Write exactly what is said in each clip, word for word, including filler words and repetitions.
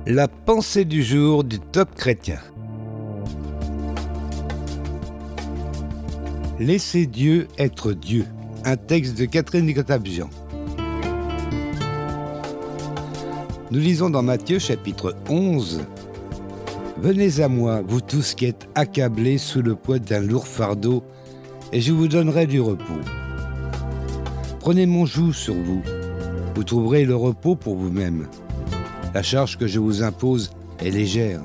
La pensée du jour du Top Chrétien. Laissez Dieu être Dieu. Un texte de Catherine Gotabjian. Nous lisons dans Matthieu chapitre onze. Venez à moi, vous tous qui êtes accablés sous le poids d'un lourd fardeau, et je vous donnerai du repos. Prenez mon joug sur vous. Vous trouverez le repos pour vous-même. La charge que je vous impose est légère.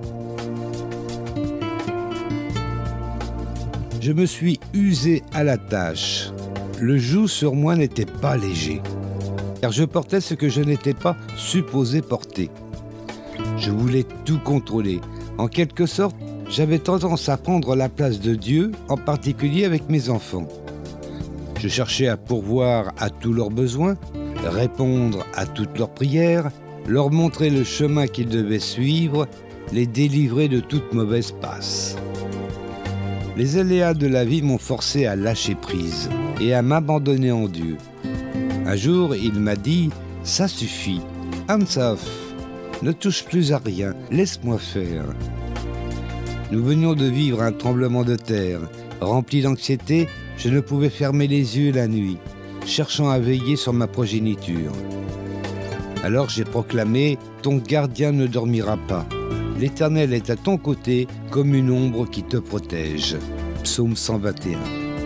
Je me suis usé à la tâche. Le joug sur moi n'était pas léger, car je portais ce que je n'étais pas supposé porter. Je voulais tout contrôler. En quelque sorte, j'avais tendance à prendre la place de Dieu, en particulier avec mes enfants. Je cherchais à pourvoir à tous leurs besoins, répondre à toutes leurs prières, leur montrer le chemin qu'ils devaient suivre, les délivrer de toute mauvaise passe. Les aléas de la vie m'ont forcé à lâcher prise et à m'abandonner en Dieu. Un jour, il m'a dit « Ça suffit, hands off, ne touche plus à rien, laisse-moi faire ». Nous venions de vivre un tremblement de terre. Rempli d'anxiété, je ne pouvais fermer les yeux la nuit, cherchant à veiller sur ma progéniture. Alors j'ai proclamé « Ton gardien ne dormira pas. L'Éternel est à ton côté comme une ombre qui te protège. » Psaume cent vingt et un.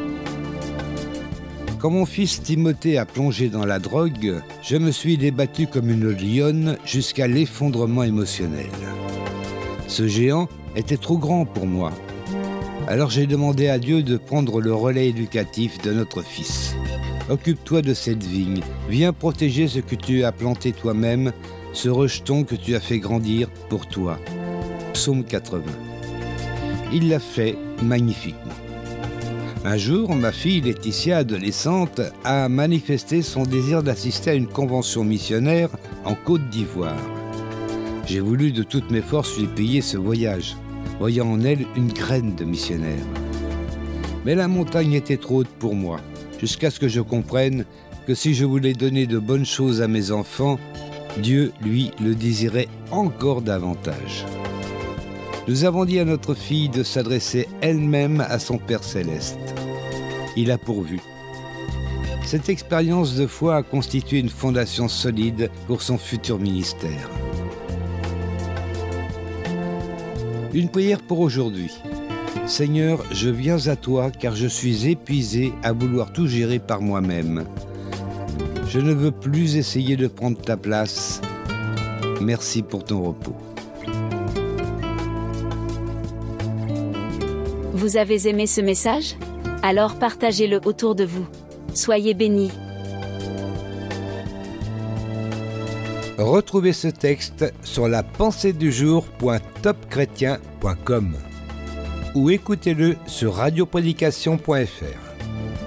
Quand mon fils Timothée a plongé dans la drogue, je me suis débattu comme une lionne jusqu'à l'effondrement émotionnel. Ce géant était trop grand pour moi. Alors j'ai demandé à Dieu de prendre le relais éducatif de notre fils. Occupe-toi de cette vigne, viens protéger ce que tu as planté toi-même, ce rejeton que tu as fait grandir pour toi. Psaume quatre-vingts. Il l'a fait magnifiquement. Un jour, ma fille Laetitia, adolescente, a manifesté son désir d'assister à une convention missionnaire en Côte d'Ivoire. J'ai voulu de toutes mes forces lui payer ce voyage, voyant en elle une graine de missionnaire. Mais la montagne était trop haute pour moi, jusqu'à ce que je comprenne que si je voulais donner de bonnes choses à mes enfants, Dieu, lui, le désirait encore davantage. Nous avons dit à notre fille de s'adresser elle-même à son Père céleste. Il a pourvu. Cette expérience de foi a constitué une fondation solide pour son futur ministère. Une prière pour aujourd'hui. Seigneur, je viens à toi car je suis épuisé à vouloir tout gérer par moi-même. Je ne veux plus essayer de prendre ta place. Merci pour ton repos. Vous avez aimé ce message ? Alors partagez-le autour de vous. Soyez bénis. Retrouvez ce texte sur la pensée du jour point top chrétien point com ou écoutez-le sur radio prédication point f r.